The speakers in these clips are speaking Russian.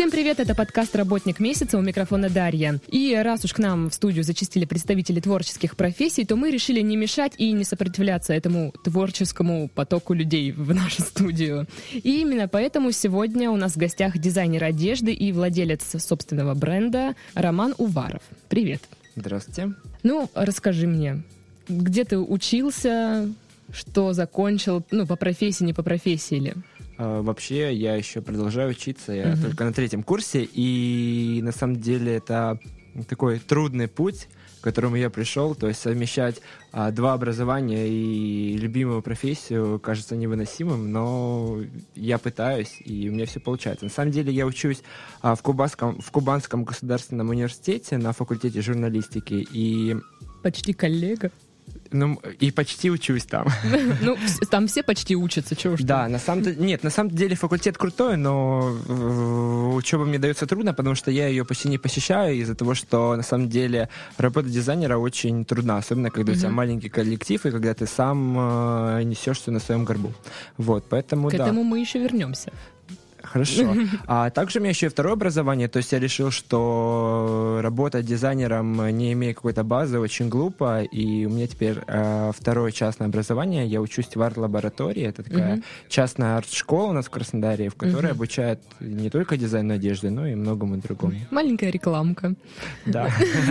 Всем привет, это подкаст «Работник месяца», у микрофона Дарья. И раз уж к нам в студию зачастили представители творческих профессий, то мы решили не мешать и не сопротивляться этому творческому потоку людей в нашу студию. И именно поэтому сегодня у нас в гостях дизайнер одежды и владелец собственного бренда Роман Уваров. Привет. Здравствуйте. Ну, расскажи мне, где ты учился, что закончил, по профессии, не по профессии ли? Вообще, я еще продолжаю учиться, я только на 3 курсе, и на самом деле это такой трудный путь, к которому я пришел, то есть совмещать 2 образования и любимую профессию кажется невыносимым, но я пытаюсь, и у меня все получается. На самом деле я учусь в Кубанском государственном университете на факультете журналистики, и... Почти коллега. Ну, и почти учусь там. Ну, там все почти учатся, чего ж. Да, на самом деле факультет крутой, но учеба мне дается трудно, потому что я ее почти не посещаю из-за того, что на самом деле работа дизайнера очень трудна, особенно когда у тебя маленький коллектив и когда ты сам несешь все на своем горбу. Вот, поэтому К этому мы еще вернемся. Хорошо. А также у меня еще и 2 образование, то есть я решил, что работать дизайнером, не имея какой-то базы, очень глупо, и у меня теперь 2 частное образование, я учусь в арт-лаборатории, это такая частная арт-школа у нас в Краснодаре, в которой обучают не только дизайну одежды, но и многому другому. Маленькая рекламка. Да.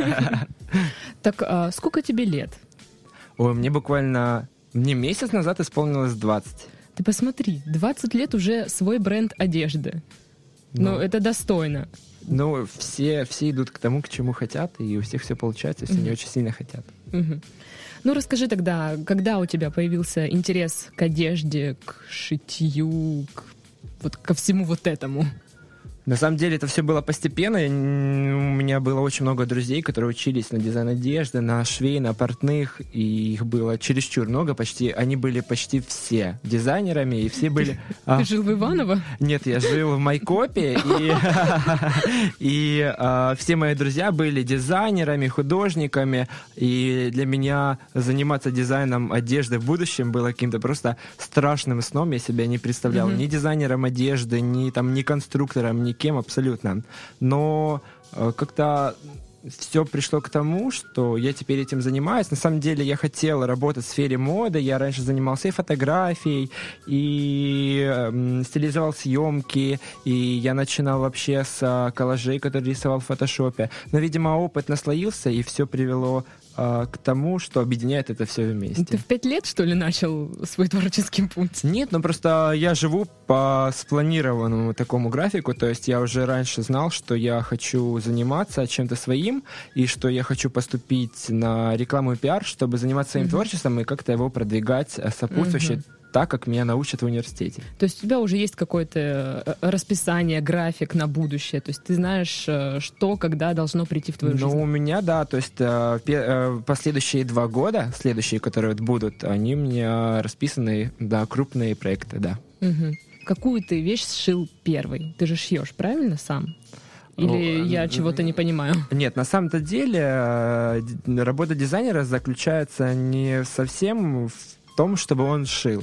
Так, сколько тебе лет? Ой, мне месяц назад исполнилось 20. Ты посмотри, 20 лет уже свой бренд одежды. Ну, это достойно. Ну, все идут к тому, к чему хотят, и у всех все получается, если они очень сильно хотят. Ну, расскажи тогда, когда у тебя появился интерес к одежде, к шитью, ко всему вот этому? На самом деле это все было постепенно. У меня было очень много друзей, которые учились на дизайн одежды, на швей, на портных, и их было чересчур много, они были почти все дизайнерами, и все были... Ты жил в Иваново? Нет, я жил в Майкопе, и все мои друзья были дизайнерами, художниками, и для меня заниматься дизайном одежды в будущем было каким-то просто страшным сном, я себя не представлял ни дизайнером одежды, ни конструктором, ни кем абсолютно. Но как-то все пришло к тому, что я теперь этим занимаюсь. На самом деле я хотел работать в сфере моды. Я раньше занимался и фотографией, и стилизовал съемки, и я начинал вообще с коллажей, которые рисовал в фотошопе. Но, видимо, опыт наслоился, и все привело к тому, что объединяет это все вместе. Ты в 5 лет, что ли, начал свой творческий путь? Нет, просто я живу по спланированному такому графику, то есть я уже раньше знал, что я хочу заниматься чем-то своим, и что я хочу поступить на рекламу и пиар, чтобы заниматься своим творчеством и как-то его продвигать сопутствующе, так, как меня научат в университете. То есть у тебя уже есть какое-то расписание, график на будущее? То есть ты знаешь, что, когда должно прийти в твою жизнь? Ну, у меня, да. То есть последующие 2 года, следующие, которые будут, они у меня расписаны, да, крупные проекты, да. Какую ты вещь сшил первой? Ты же шьешь, правильно, сам? Или я чего-то не понимаю? Нет, на самом-то деле работа дизайнера заключается не совсем в том, чтобы он шил.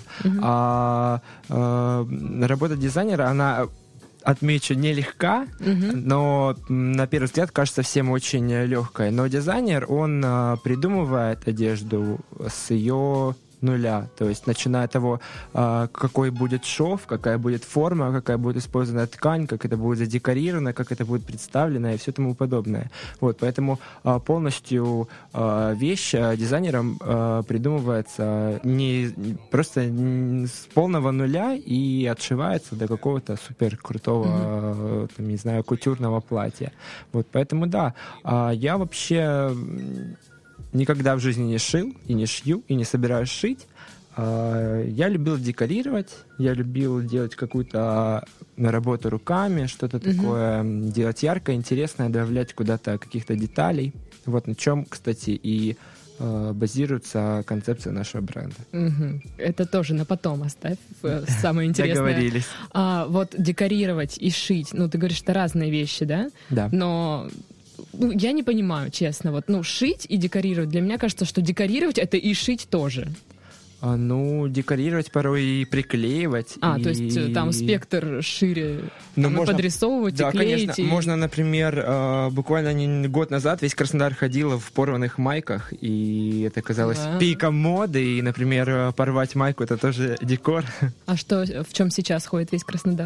Работа дизайнера, она, отмечу, нелегка, но на первый взгляд кажется всем очень легкой. Но дизайнер, он придумывает одежду с ее нуля, то есть начиная от того, какой будет шов, какая будет форма, какая будет использована ткань, как это будет задекорировано, как это будет представлено и все тому подобное. Вот, поэтому полностью вещь дизайнером придумывается просто с полного нуля и отшивается до какого-то супер крутого, не знаю, кутюрного платья. Вот, поэтому да, я вообще никогда в жизни не шил, и не шью, и не собираюсь шить. Я любил декорировать, я любил делать какую-то работу руками, что-то такое, делать яркое, интересное, добавлять куда-то каких-то деталей. Вот на чем, кстати, и базируется концепция нашего бренда. Это тоже на потом оставь, самое интересное. Договорились. Вот декорировать и шить, ты говоришь, это разные вещи, да? Да. Но я не понимаю, честно. Шить и декорировать. Для меня кажется, что декорировать — это и шить тоже. Декорировать порой и приклеивать. То есть там спектр шире, можно подрисовывать и клеить. Конечно. Можно, например, буквально год назад весь Краснодар ходил в порванных майках, и это казалось пиком моды, и, например, порвать майку — это тоже декор. А в чем сейчас ходит весь Краснодар?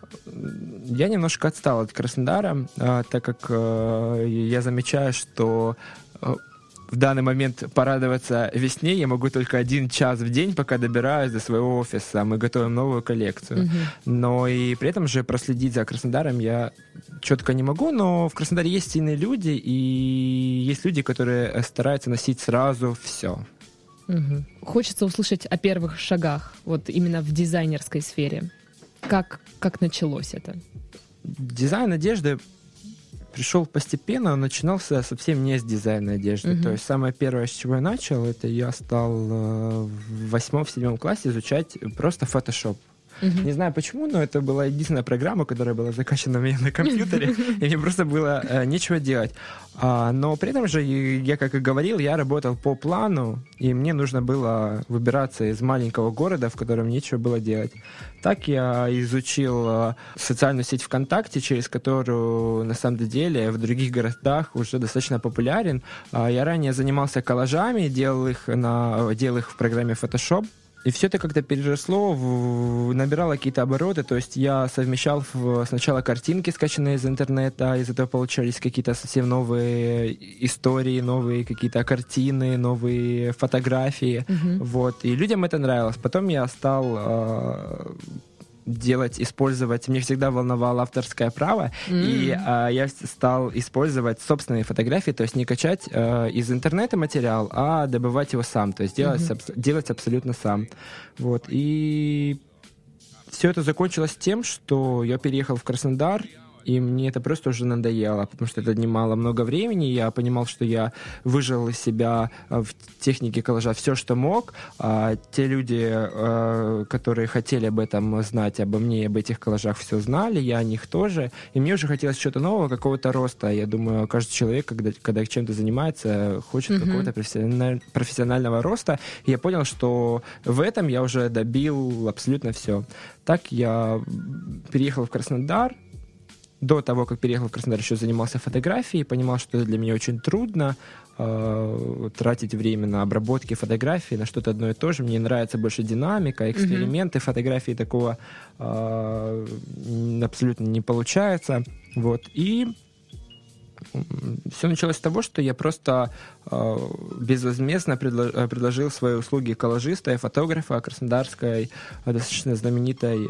Я немножко отстал от Краснодара, так как я замечаю, что в данный момент порадоваться весне я могу только 1 час в день, пока добираюсь до своего офиса. Мы готовим новую коллекцию. Но и при этом же проследить за Краснодаром я четко не могу, но в Краснодаре есть сильные люди, и есть люди, которые стараются носить сразу все. Хочется услышать о первых шагах, вот именно в дизайнерской сфере. Как началось это? Дизайн одежды пришел постепенно, он начинался совсем не с дизайна одежды. То есть самое первое, с чего я начал, это я стал в 8-7 классе изучать просто Photoshop. Не знаю почему, но это была единственная программа, которая была закачана у меня на компьютере, и мне просто было нечего делать. Но при этом же, я, как и говорил, я работал по плану, и мне нужно было выбираться из маленького города, в котором нечего было делать. Так я изучил социальную сеть ВКонтакте, через которую, на самом деле, в других городах уже достаточно популярен. Я ранее занимался коллажами, делал их в программе Photoshop. И все это как-то переросло, набирало какие-то обороты, то есть я совмещал сначала картинки, скачанные из интернета, из этого получались какие-то совсем новые истории, новые какие-то картины, новые фотографии, вот, и людям это нравилось. Потом я стал использовать, мне всегда волновало авторское право, и я стал использовать собственные фотографии, то есть не качать из интернета материал, а добывать его сам, то есть делать абсолютно сам. Вот. И все это закончилось тем, что я переехал в Краснодар, и мне это просто уже надоело, потому что это отнимало много времени. Я понимал, что я выжил из себя в технике коллажа все, что мог. Те люди, которые хотели об этом знать, обо мне и об этих коллажах, все знали, я о них тоже. И мне уже хотелось чего-то нового, какого-то роста. Я думаю, каждый человек, когда чем-то занимается, хочет какого-то профессионального роста. И я понял, что в этом я уже добил абсолютно все. Так я переехал в Краснодар. До того, как переехал в Краснодар, еще занимался фотографией, понимал, что это для меня очень трудно тратить время на обработки фотографий, на что-то одно и то же. Мне нравится больше динамика, эксперименты, фотографии такого абсолютно не получается. Вот. И все началось с того, что я просто безвозмездно предложил свои услуги коллажиста и фотографа краснодарской достаточно знаменитой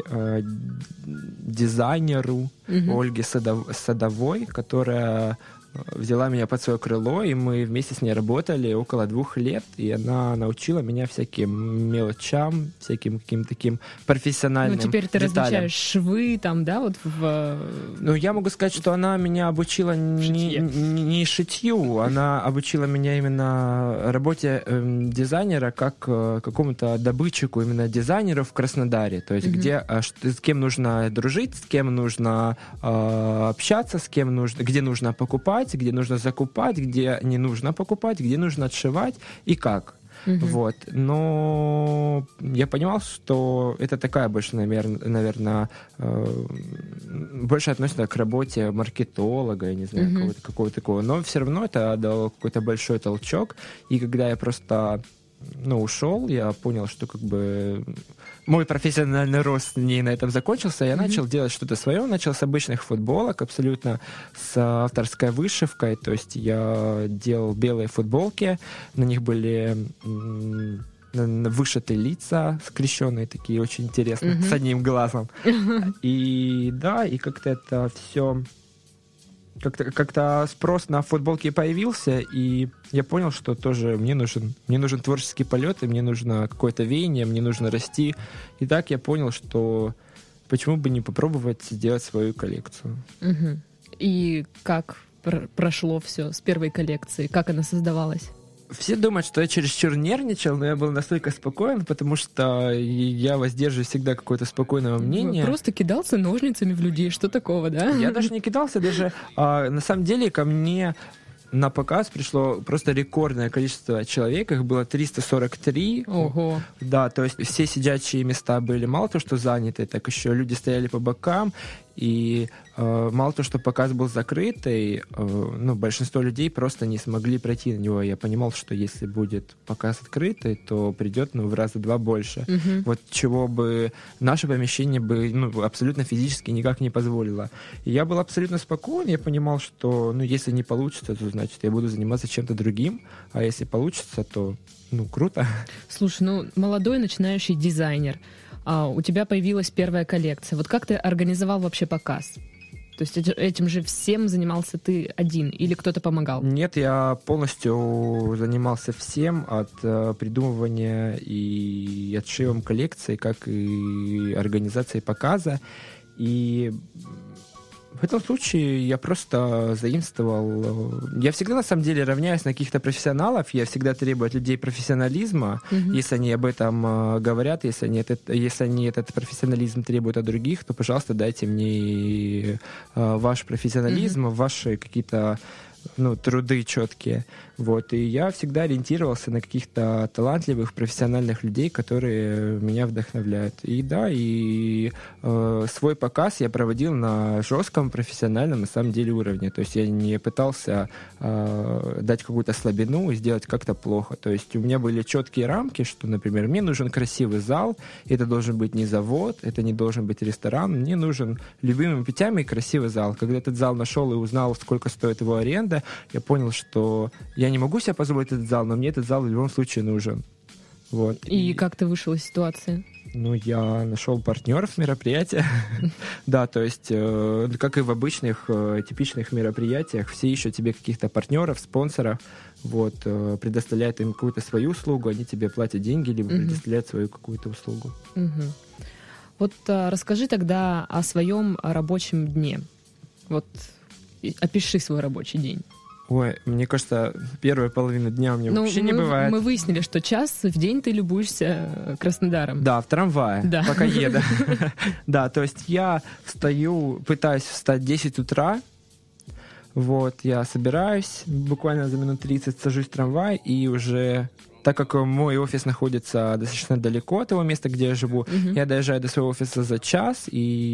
дизайнеру Ольге Садовой, которая взяла меня под свое крыло, и мы вместе с ней работали около 2 лет, и она научила меня всяким мелочам, всяким каким-то таким профессиональным деталям. Теперь ты различаешь швы там, да, вот в... я могу сказать, что она меня обучила не шитью, она обучила меня именно работе дизайнера как какому-то добытчику, именно дизайнеру в Краснодаре, то есть с кем нужно дружить, с кем нужно общаться, где нужно покупать, где нужно закупать, где не нужно покупать, где нужно отшивать и как. Вот. Но я понимал, что это такая больше, наверное, больше относится к работе маркетолога, я не знаю, какого-то такого. Но все равно это дало какой-то большой толчок. И когда я просто ушел, я понял, что как бы мой профессиональный рост не на этом закончился. Я начал делать что-то свое, начал с обычных футболок, абсолютно с авторской вышивкой. То есть я делал белые футболки, на них были вышитые лица, скрещенные такие, очень интересно, с одним глазом. И как-то это все... Как-то спрос на футболки появился, и я понял, что тоже мне нужен творческий полет, и мне нужно какое-то веяние, мне нужно расти. И так я понял, что почему бы не попробовать сделать свою коллекцию. И как прошло все с первой коллекции? Как она создавалась? Все думают, что я чересчур нервничал, но я был настолько спокоен, потому что я воздерживаю всегда какое-то спокойное мнение. Просто кидался ножницами в людей, что такого, да? Я даже не кидался, даже на самом деле ко мне на показ пришло просто рекордное количество человек, их было 343. Ого. Да, то есть все сидячие места были мало то, что заняты, так еще люди стояли по бокам, и мало то, что показ был закрытый, большинство людей просто не смогли пройти на него. Я понимал, что если будет показ открытый, то придет в раза два больше. Вот чего бы наше помещение бы абсолютно физически никак не позволило. И я был абсолютно спокоен, я понимал, что если не получится, то значит я буду заниматься чем-то другим, а если получится, то круто. Слушай, молодой начинающий дизайнер, у тебя появилась первая коллекция. Вот как ты организовал вообще показ? То есть этим же всем занимался ты один или кто-то помогал? Нет, я полностью занимался всем, от придумывания и отшивом коллекции, как и организацией показа. И в этом случае я просто заимствовал... Я всегда, на самом деле, равняюсь на каких-то профессионалов, я всегда требую от людей профессионализма, если они об этом говорят, если они этот профессионализм требуют от других, то, пожалуйста, дайте мне ваш профессионализм, ваши какие-то труды четкие. Вот. И я всегда ориентировался на каких-то талантливых, профессиональных людей, которые меня вдохновляют. И да, свой показ я проводил на жестком, профессиональном, на самом деле, уровне. То есть я не пытался дать какую-то слабину и сделать как-то плохо. То есть у меня были четкие рамки, что, например, мне нужен красивый зал, это должен быть не завод, это не должен быть ресторан, мне нужен любыми путями красивый зал. Когда этот зал нашел и узнал, сколько стоит его аренда, я понял, что я не могу себе позволить этот зал, но мне этот зал в любом случае нужен. Вот. И как ты вышел из ситуации? Я нашел партнеров в мероприятии. Да, то есть, как и в обычных типичных мероприятиях, все ищут тебе каких-то партнеров, спонсоров, предоставляют им какую-то свою услугу, они тебе платят деньги, либо предоставляют свою какую-то услугу. Вот расскажи тогда о своем рабочем дне. Вот опиши свой рабочий день. Ой, мне кажется, первая половина дня у меня вообще не бывает. Мы выяснили, что час в день ты любуешься Краснодаром. Да, в трамвае, пока еду. Да, то есть я пытаюсь встать в 10 утра, я собираюсь, буквально за минут 30 сажусь в трамвай, и уже, так как мой офис находится достаточно далеко от того места, где я живу, я доезжаю до своего офиса за час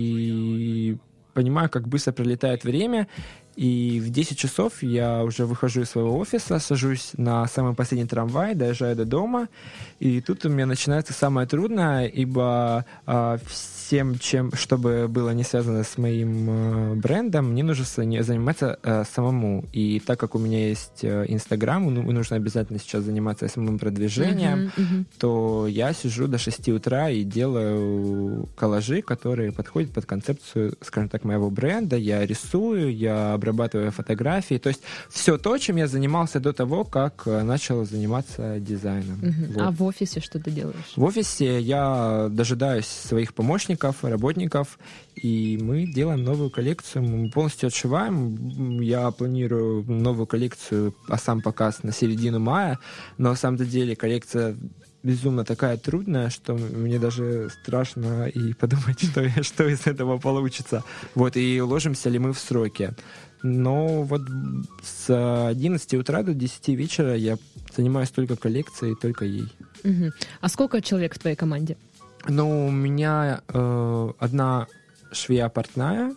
и понимаю, как быстро пролетает время. И в 10 часов я уже выхожу из своего офиса, сажусь на самый последний трамвай, доезжаю до дома, и тут у меня начинается самое трудное, ибо всем, чтобы было не связано с моим брендом, мне нужно заниматься самому. И так как у меня есть Инстаграм, нужно обязательно сейчас заниматься самым продвижением, то я сижу до 6 утра и делаю коллажи, которые подходят под концепцию, скажем так, моего бренда. Я рисую, я обрабатываю фотографии. То есть все то, чем я занимался до того, как начал заниматься дизайном. А в офисе что ты делаешь? В офисе я дожидаюсь своих помощников, работников, и мы делаем новую коллекцию. Мы полностью отшиваем. Я планирую новую коллекцию, сам показ на середину мая, но на самом деле коллекция безумно такая трудная, что мне даже страшно и подумать, что из этого получится. И уложимся ли мы в сроки. Но с 11 утра до 10 вечера я занимаюсь только коллекцией, только ей. А сколько человек в твоей команде? У меня одна швея-портная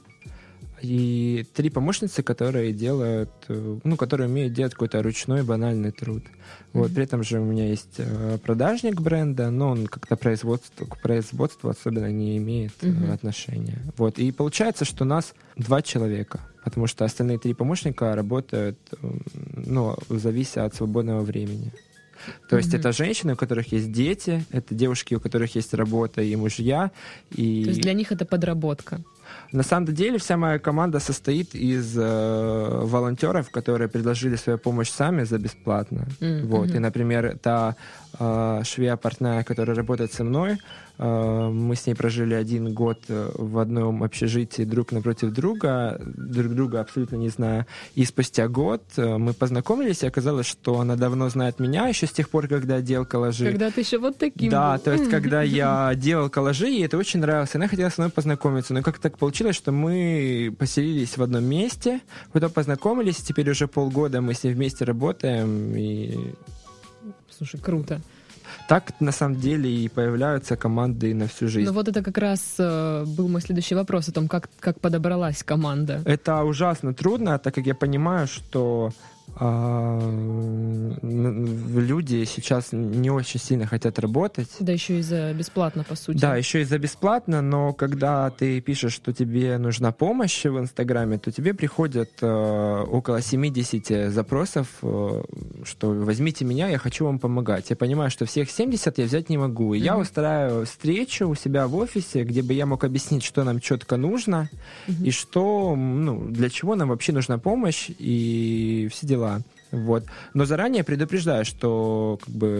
и 3 помощницы, которые которые умеют делать какой-то ручной банальный труд. При этом же у меня есть продажник бренда, но он как-то к производству особенно не имеет отношения. И получается, что нас 2 человека, потому что остальные 3 помощника работают, завися от свободного времени. То есть это женщины, у которых есть дети, это девушки, у которых есть работа и мужья. То есть для них это подработка? На самом деле вся моя команда состоит из волонтеров, которые предложили свою помощь сами за бесплатно. И, например, та швея-портная, которая работает со мной, Мы с ней прожили 1 год в одном общежитии друг напротив друга, друг друга абсолютно не зная. И спустя год мы познакомились, и оказалось, что она давно знает меня, еще с тех пор, когда я делал коллажи. Когда ты еще вот таким Да, был. то есть, когда я делал коллажи, ей это очень нравилось. Она хотела со мной познакомиться. Но как так получилось, что мы поселились в одном месте, потом познакомились, теперь уже полгода мы с ней вместе работаем. И... Слушай, круто. Так, на самом деле, и появляются команды на всю жизнь. Ну вот это как раз был мой следующий вопрос о том, как подобралась команда. Это ужасно трудно, так как я понимаю, что люди сейчас не очень сильно хотят работать. Да, еще и за бесплатно, по сути. Да, еще и за бесплатно, но когда ты пишешь, что тебе нужна помощь в Инстаграме, то тебе приходят около 70 запросов, что возьмите меня, я хочу вам помогать. Я понимаю, что всех 70 я взять не могу. И я устраиваю встречу у себя в офисе, где бы я мог объяснить, что нам четко нужно, и что, для чего нам вообще нужна помощь, и все дела. Вот. Но заранее предупреждаю, что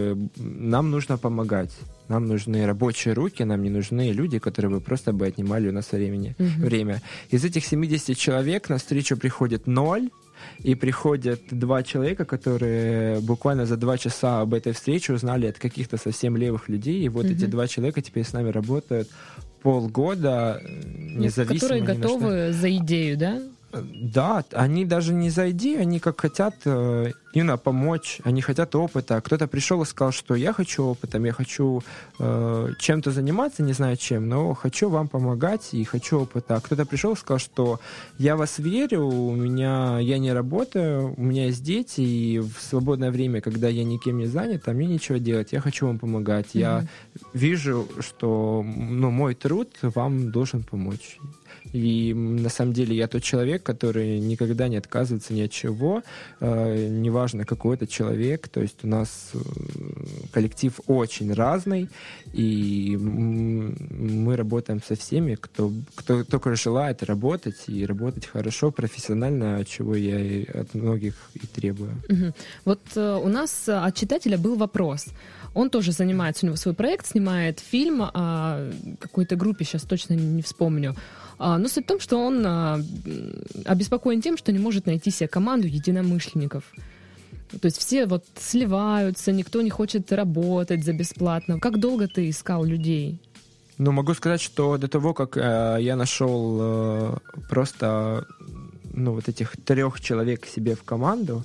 нам нужно помогать. Нам нужны рабочие руки, нам не нужны люди, которые бы просто отнимали у нас время. Из этих 70 человек на встречу приходит 0, и приходят 2 человека, которые буквально за 2 часа об этой встрече узнали от каких-то совсем левых людей. И вот эти 2 человека теперь с нами работают полгода, независимо. Которые готовы за идею, да? Да, они даже не за идею, они как хотят именно помочь, они хотят опыта. Кто-то пришел и сказал, что я хочу опытом, я хочу чем-то заниматься, не знаю чем, но хочу вам помогать и хочу опыта. А кто-то пришел и сказал, что я вас верю, я не работаю, у меня есть дети, и в свободное время, когда я никем не занят, мне нечего делать, я хочу вам помогать. Я вижу, что мой труд вам должен помочь. И на самом деле я тот человек, который никогда не отказывается ни от чего, неважно, какой это человек. То есть у нас коллектив очень разный, и мы работаем со всеми, кто только желает работать, и работать хорошо, профессионально, чего я и от многих и требую. Вот у нас от читателя был вопрос. Он тоже занимается, у него свой проект, снимает фильм о какой-то группе, сейчас точно не вспомню. Но суть в том, что он обеспокоен тем, что не может найти себе команду единомышленников. То есть все вот сливаются, никто не хочет работать за бесплатно. Как долго ты искал людей? Могу сказать, что до того, как я нашел просто вот этих 3 человек себе в команду,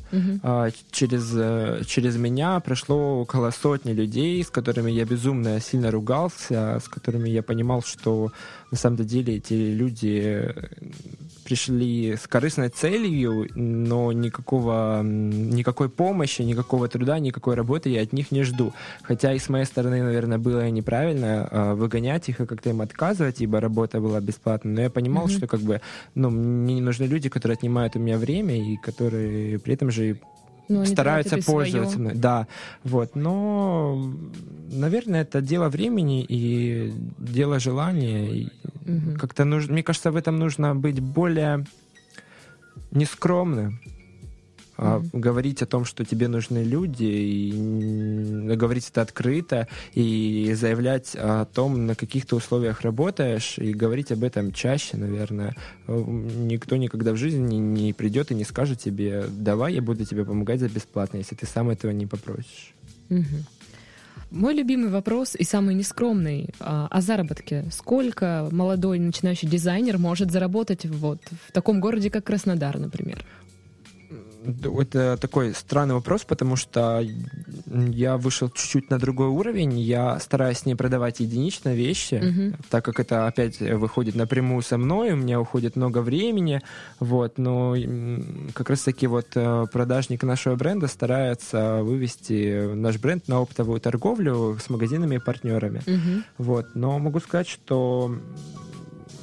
через меня прошло около 100 людей, с которыми я безумно сильно ругался, с которыми я понимал, что на самом деле эти люди пришли с корыстной целью, но никакой помощи, никакого труда, никакой работы я от них не жду. Хотя и с моей стороны, наверное, было неправильно выгонять их и как-то им отказывать, ибо работа была бесплатной. Но я понимал, что мне не нужны люди, которые отнимают у меня время и которые при этом же стараются пользоваться мной. Да, вот. Но, наверное, это дело времени и дело желания. И как-то нужно, мне кажется, в этом нужно быть более нескромным. Говорить о том, что тебе нужны люди, и говорить это открыто, и заявлять о том, на каких-то условиях работаешь, и говорить об этом чаще, наверное. Никто никогда в жизни не придет и не скажет тебе: давай, я буду тебе помогать за бесплатно, если ты сам этого не попросишь. Мой любимый вопрос и самый нескромный о заработке. Сколько молодой начинающий дизайнер может заработать в таком городе, как Краснодар, например? Это такой странный вопрос, потому что я вышел чуть-чуть на другой уровень. Я стараюсь не продавать единичные вещи, так как это опять выходит напрямую со мной, у меня уходит много времени. Но как раз-таки продажник нашего бренда старается вывести наш бренд на оптовую торговлю с магазинами и партнерами. Но могу сказать, что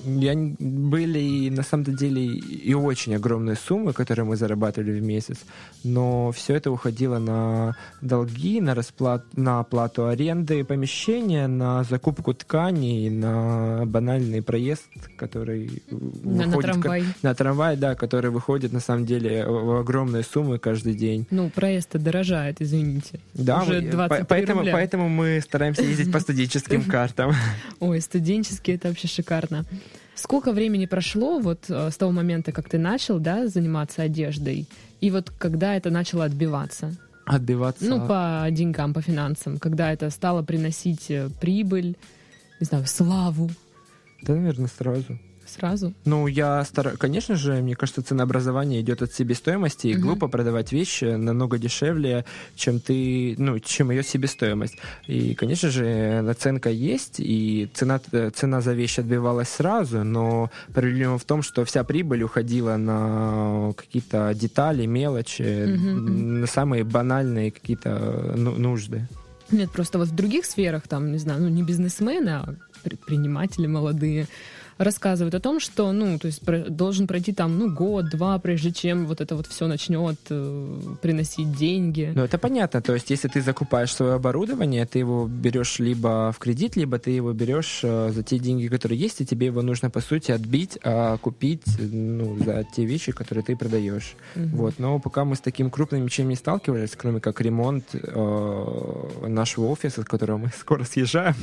Были, на самом деле, и очень огромные суммы, которые мы зарабатывали в месяц, но все это уходило на долги, на оплату аренды помещения, на закупку тканей, на банальный проезд, который на трамвай. На трамвай, да, который выходит, на самом деле, в огромные суммы каждый день. Ну, проезд-то дорожает, извините. Да, уже 23 рубля. Поэтому мы стараемся ездить по студенческим картам. Ой, студенческие — это вообще шикарно. Сколько времени прошло вот с того момента, как ты начал, да, заниматься одеждой, и вот когда это начало отбиваться? Отбиваться? Ну, по деньгам, по финансам. Когда это стало приносить прибыль, не знаю, славу? Да, наверное, сразу. Сразу? Ну, конечно же, мне кажется, ценообразование идет от себестоимости, и глупо продавать вещи намного дешевле, чем ее себестоимость. И, конечно же, наценка есть, и цена за вещь отбивалась сразу, но проблема в том, что вся прибыль уходила на какие-то детали, мелочи, на самые банальные какие-то нужды. Нет, просто вот в других сферах, там, не знаю, не бизнесмены, а предприниматели молодые, рассказывают о том, что, то есть должен пройти там, год-два, прежде чем вот это вот все начнет приносить деньги. Ну, это понятно. То есть, если ты закупаешь свое оборудование, ты его берешь либо в кредит, либо ты его берешь за те деньги, которые есть, и тебе его нужно, по сути, отбить, а купить, за те вещи, которые ты продаешь. Вот. Но пока мы с таким крупным ничем не сталкивались, кроме как ремонт нашего офиса, с которого мы скоро съезжаем.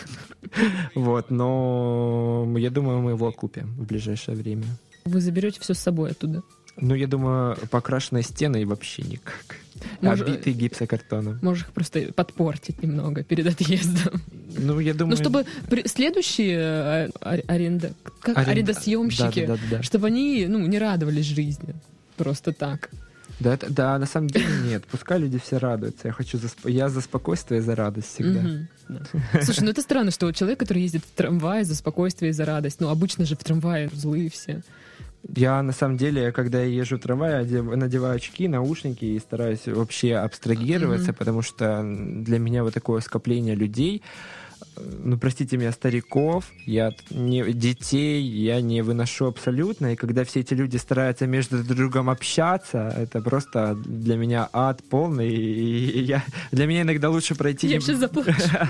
Вот. Но я думаю, мы его окупим в ближайшее время. Вы заберете все с собой оттуда? Я думаю, покрашенные стены и вообще никак. Оббитые гипсокартоном. Можешь их просто подпортить немного перед отъездом. Я думаю... чтобы следующие арендосъемщики, чтобы они, не радовались жизни. Просто так. Да, на самом деле нет. Пускай люди все радуются. Я за спокойствие и за радость всегда. Слушай, это странно, что человек, который ездит в трамвае, за спокойствие и за радость. Обычно же в трамвае злые все. Я, на самом деле, когда я езжу в трамвае, надеваю очки, наушники и стараюсь вообще абстрагироваться, потому что для меня вот такое скопление людей, простите меня, стариков, детей я не выношу абсолютно, и когда все эти люди стараются между друг другом общаться, это просто для меня ад полный, и для меня иногда лучше пройти... Я сейчас заплачу.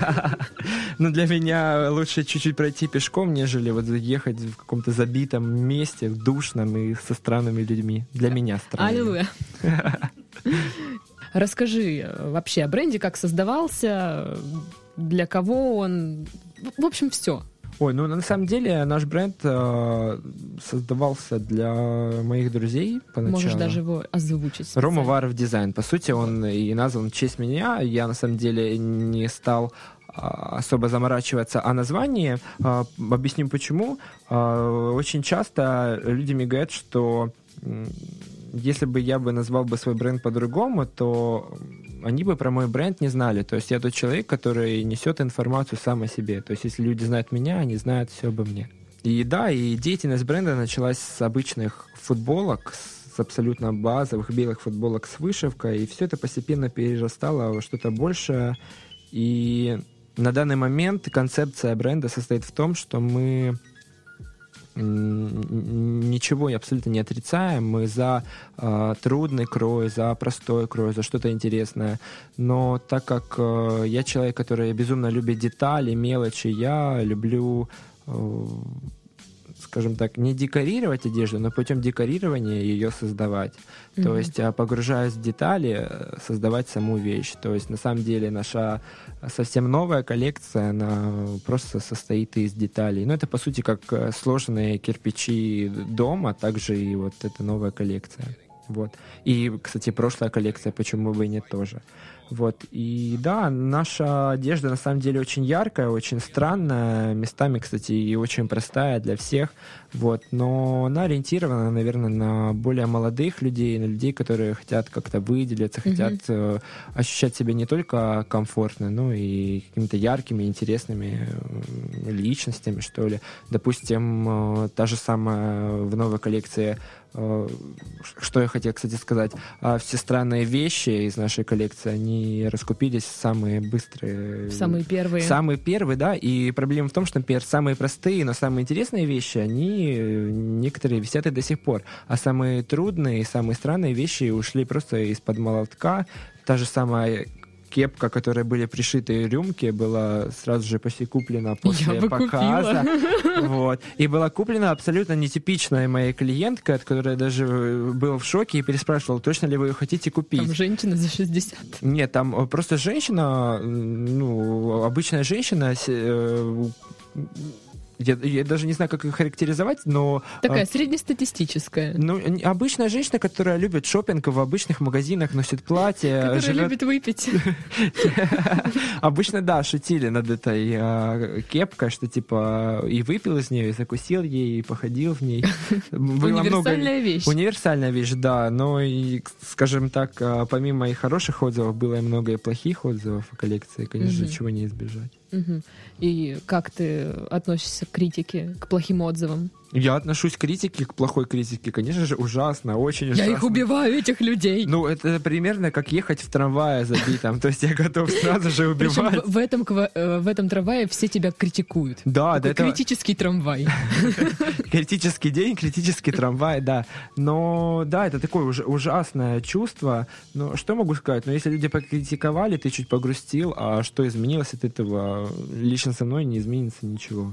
Для меня лучше чуть-чуть пройти пешком, нежели вот ехать в каком-то забитом месте, душном и со странными людьми. Для меня странно. Аллилуйя. Расскажи вообще о бренде, как создавался, для кого он... В общем, все. Ой, на самом деле наш бренд создавался для моих друзей поначалу. Можешь даже его озвучить. Рома Варов Дизайн. По сути, он и назван в честь меня. Я, на самом деле, не стал особо заморачиваться о названии. Объясню почему. Очень часто люди мне говорят, что если бы я назвал свой бренд по-другому, то они бы про мой бренд не знали. То есть я тот человек, который несет информацию сам о себе. То есть если люди знают меня, они знают все обо мне. И деятельность бренда началась с обычных футболок, с абсолютно базовых белых футболок с вышивкой, и все это постепенно перерастало во что-то большее. И на данный момент концепция бренда состоит в том, что мы ничего абсолютно не отрицаем, мы за трудный крой, за простой крой, за что-то интересное, но так как я человек, который безумно любит детали, мелочи, я люблю, скажем так, не декорировать одежду, но путем декорирования ее создавать. То есть, погружаясь в детали, создавать саму вещь. То есть, на самом деле, наша совсем новая коллекция, она просто состоит из деталей. Это, по сути, как сложенные кирпичи дома, также и вот эта новая коллекция. Вот. И, кстати, прошлая коллекция, почему бы и нет, тоже. Вот. И наша одежда на самом деле очень яркая, очень странная, местами, кстати, и очень простая для всех. Вот. Но она ориентирована, наверное, на более молодых людей, на людей, которые хотят как-то выделиться, хотят ощущать себя не только комфортно, но и какими-то яркими, интересными личностями, что ли. Допустим, та же самая в новой коллекции что я хотел, кстати, сказать. Все странные вещи из нашей коллекции, они раскупились самые быстрые. Самые первые. Самые первые, да. И проблема в том, что, например, самые простые, но самые интересные вещи, они некоторые висят и до сих пор. А самые трудные, самые странные вещи ушли просто из-под молотка. Та же самая кепка, которой были пришиты рюмки, была сразу же почти куплена после показа. Вот. И была куплена абсолютно нетипичная моей клиенткой, от которой даже был в шоке и переспрашивал, точно ли вы ее хотите купить. Там женщина за 60. Нет, там просто женщина, ну, обычная женщина, я даже не знаю, как ее характеризовать, но... Такая среднестатистическая. Ну, обычная женщина, которая любит шопинг в обычных магазинах, носит платье. Которая любит выпить. Обычно, да, шутили над этой кепкой, что типа и выпил из нее, и закусил ей, и походил в ней. Универсальная вещь. Универсальная вещь, да. Но, и, скажем так, помимо и хороших отзывов, было и много и плохих отзывов о коллекции. Конечно же, чего не избежать. И как ты относишься к критике, к плохим отзывам? Я отношусь к критике, к плохой критике, конечно же, ужасно, очень ужасно. Я их убиваю, этих людей. Ну, это примерно как ехать в трамвае забитом. То есть я готов сразу же убивать. Причем в этом трамвае все тебя критикуют. Да, да. Критический трамвай. Критический день, критический трамвай, да. Но, да, это такое ужасное чувство. Но что могу сказать? Ну, если люди покритиковали, ты чуть погрустил, а что изменилось от этого? Лично со мной не изменится ничего.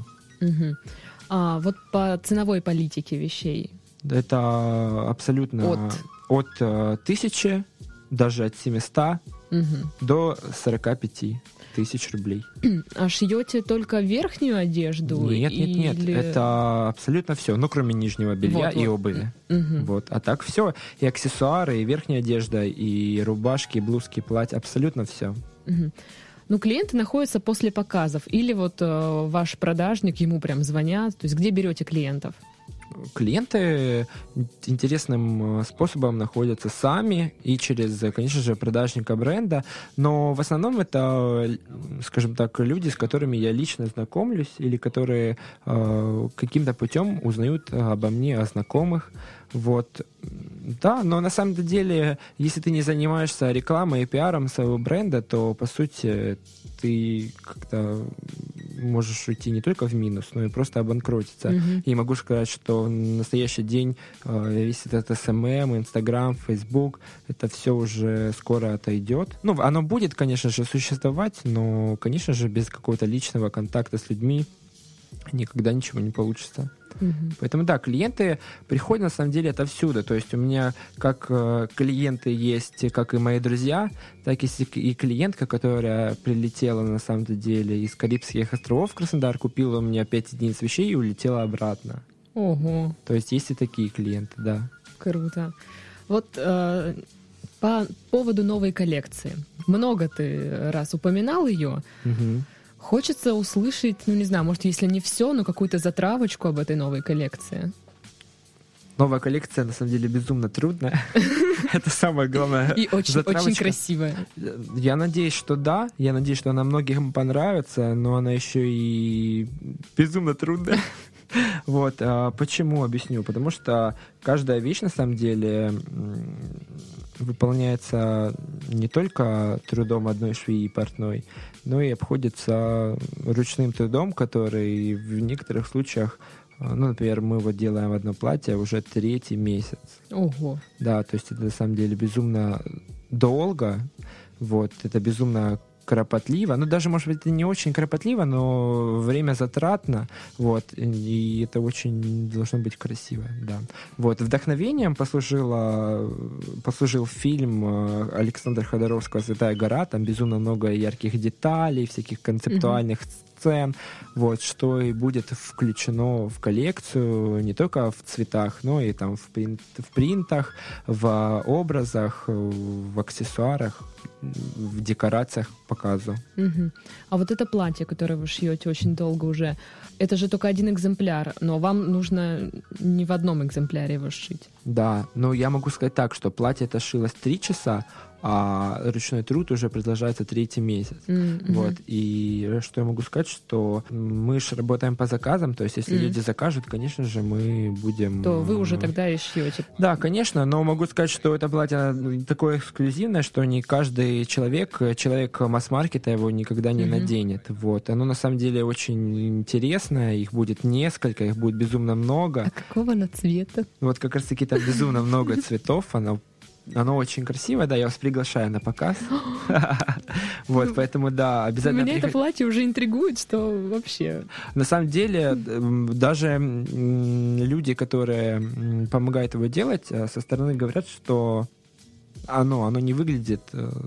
А вот по ценовой политике вещей? Это абсолютно от 1000, даже от 700 до 45 тысяч рублей. А шьете только верхнюю одежду? Нет. Это абсолютно все, ну, кроме нижнего белья и обуви. Вот. А так все. И аксессуары, и верхняя одежда, и рубашки, и блузки, платья, абсолютно все. Ну, клиенты находятся после показов. Или вот ваш продажник, ему прям звонят. То есть где берете клиентов? Клиенты интересным способом находятся сами и через, конечно же, продажника бренда, но в основном это, скажем так, люди, с которыми я лично знакомлюсь или которые каким-то путем узнают обо мне, о знакомых. Вот. Да, но на самом деле, если ты не занимаешься рекламой и пиаром своего бренда, то, по сути, ты как-то можешь уйти не только в минус, но и просто обанкротиться. И могу сказать, что в настоящий день весь этот SMM, Instagram, Facebook, это все уже скоро отойдет. Ну, оно будет, конечно же, существовать, но, конечно же, без какого-то личного контакта с людьми никогда ничего не получится. Поэтому, да, клиенты приходят, на самом деле, отовсюду. То есть у меня как клиенты есть, как и мои друзья, так и клиентка, которая прилетела, на самом деле, из Карибских островов в Краснодар, купила у меня 5 единиц вещей и улетела обратно. Ого. То есть есть и такие клиенты, да. Круто. Вот по поводу новой коллекции. Много ты раз упоминал ее. Хочется услышать, ну не знаю, может, если не все, но какую-то затравочку об этой новой коллекции. Новая коллекция, на самом деле, безумно трудная. Это самое главное. И очень красивая. Я надеюсь, что да. Я надеюсь, что она многим понравится, но она еще и безумно трудная. Вот. Почему? Объясню. Потому что каждая вещь, на самом деле, выполняется не только трудом одной швеи и портной, но и обходится ручным трудом, который в некоторых случаях, ну, например, мы вот делаем одно платье уже 3-й месяц. Ого. Да, то есть это на самом деле безумно долго, вот, это безумно кропотливо, ну, даже, может быть, это не очень кропотливо, но время затратно, вот, и это очень должно быть красиво, да. Вот, вдохновением послужил фильм Александра Ходоровского «Святая гора», там безумно много ярких деталей, всяких концептуальных сцен, вот, что и будет включено в коллекцию не только в цветах, но и там в принтах, в образах, в аксессуарах, в декорациях к показу. А вот это платье, которое вы шьете очень долго уже, это же только один экземпляр, но вам нужно не в одном экземпляре его сшить. Да, но я могу сказать так, что платье это шилось 3 часа, а ручной труд уже продолжается 3-й месяц. Вот. И что я могу сказать, что мы же работаем по заказам, то есть если люди закажут, конечно же, мы будем... То вы уже тогда и шьете. Да, конечно, но могу сказать, что это платье такое эксклюзивное, что не каждый человек масс-маркета его никогда не наденет. Вот. Оно на самом деле очень интересное, их будет несколько, их будет безумно много. А какого оно цвета? Вот как раз таки там безумно много цветов, оно очень красивое, да, я вас приглашаю на показ. Вот, поэтому, да, обязательно... Меня это платье уже интригует, что вообще... На самом деле, даже люди, которые помогают его делать, со стороны говорят, что оно не выглядит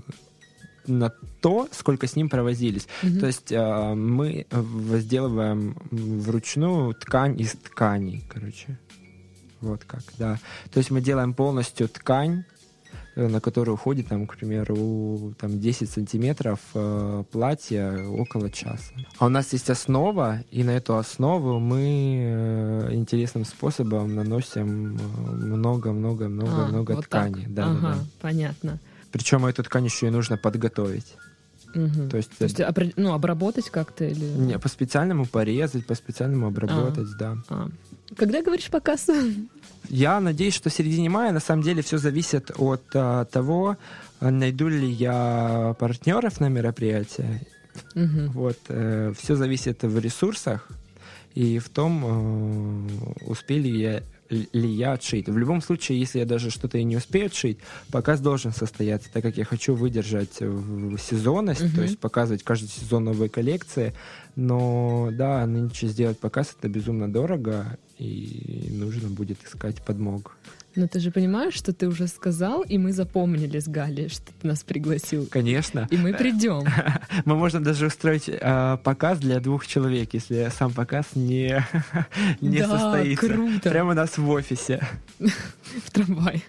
на то, сколько с ним провозились. То есть мы возделываем вручную ткань из тканей, короче. Вот как, да. То есть мы делаем полностью ткань, на которую уходит, там, к примеру, там 10 сантиметров платья около часа. А у нас есть основа, и на эту основу мы интересным способом наносим много-много-много вот ткани. Так. Да, да. Понятно. Причем эту ткань еще и нужно подготовить. То есть обработать как-то или... Не, по-специальному порезать, по-специальному обработать, да. Когда, говоришь, показ? Я надеюсь, что в середине мая. На самом деле все зависит от того, найду ли я партнеров на мероприятие. Вот, все зависит в ресурсах и в том, успели ли я отшить. В любом случае, если я даже что-то и не успею отшить, показ должен состояться, так как я хочу выдержать сезонность, то есть показывать каждый сезон новые коллекции. Но да, нынче сделать показ — это безумно дорого, и нужно будет искать подмогу. Но ты же понимаешь, что ты уже сказал, и мы запомнили с Галей, что ты нас пригласил. Конечно. И мы придем. Мы можем даже устроить показ для 2 человек, если сам показ не состоится. Круто. Прямо у нас в офисе. В трамвай.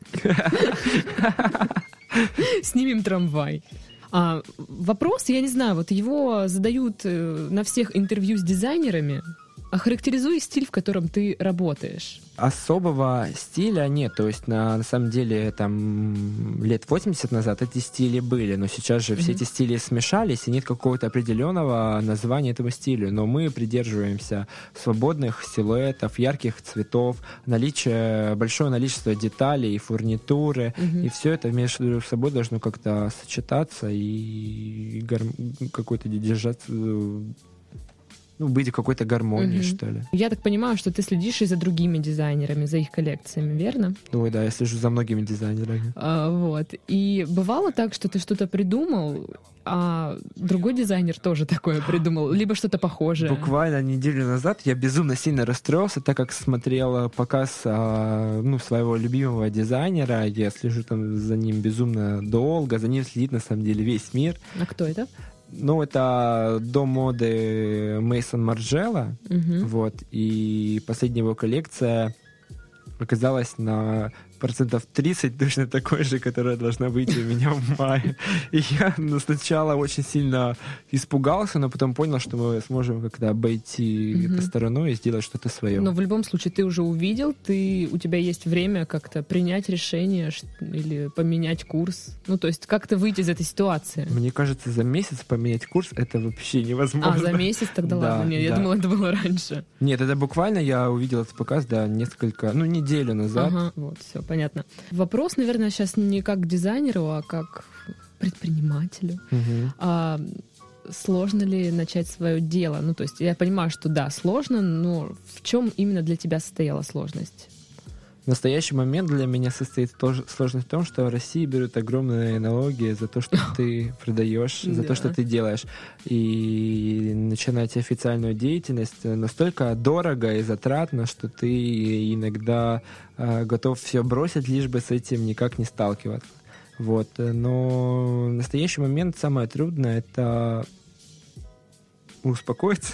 Снимем трамвай. Вопрос, я не знаю, вот его задают на всех интервью с дизайнерами. Охарактеризуй стиль, в котором ты работаешь. Особого стиля нет. То есть, на самом деле, там, лет 80 назад эти стили были, но сейчас же все эти стили смешались, и нет какого-то определенного названия этому стилю. Но мы придерживаемся свободных силуэтов, ярких цветов, большое количество деталей и фурнитуры, и все это между собой должно как-то сочетаться и какой-то держаться... быть в какой-то гармонии, что ли. Я так понимаю, что ты следишь и за другими дизайнерами, за их коллекциями, верно? Ой, да, я слежу за многими дизайнерами. Вот. И бывало так, что ты что-то придумал, а другой дизайнер тоже такое придумал, либо что-то похожее? Буквально неделю назад я безумно сильно расстроился, так как смотрел показ своего любимого дизайнера. Я слежу там за ним безумно долго, за ним следит на самом деле весь мир. А кто это? Это дом моды Мейсон Марджелло, вот, и последняя его коллекция оказалась на 30% точно такой же, которая должна выйти у меня в мае. И я сначала очень сильно испугался, но потом понял, что мы сможем как-то обойти это стороной и сделать что-то свое. Но в любом случае ты уже увидел, у тебя есть время как-то принять решение или поменять курс. То есть как-то выйти из этой ситуации. Мне кажется, за месяц поменять курс — это вообще невозможно. За месяц тогда ладно. Нет, я думала, это было раньше. Нет, это буквально я увидел этот показ, неделю назад. Вот, все, понятно. Вопрос, наверное, сейчас не как к дизайнеру, а как предпринимателю. Сложно ли начать свое дело? То есть я понимаю, что да, сложно, но в чем именно для тебя состояла сложность? В настоящий момент для меня состоит сложность в том, что в России берут огромные налоги за то, что ты продаешь, за то, что ты делаешь. И начинать официальную деятельность настолько дорого и затратно, что ты иногда готов все бросить, лишь бы с этим никак не сталкиваться. Вот. Но в настоящий момент самое трудное — это успокоиться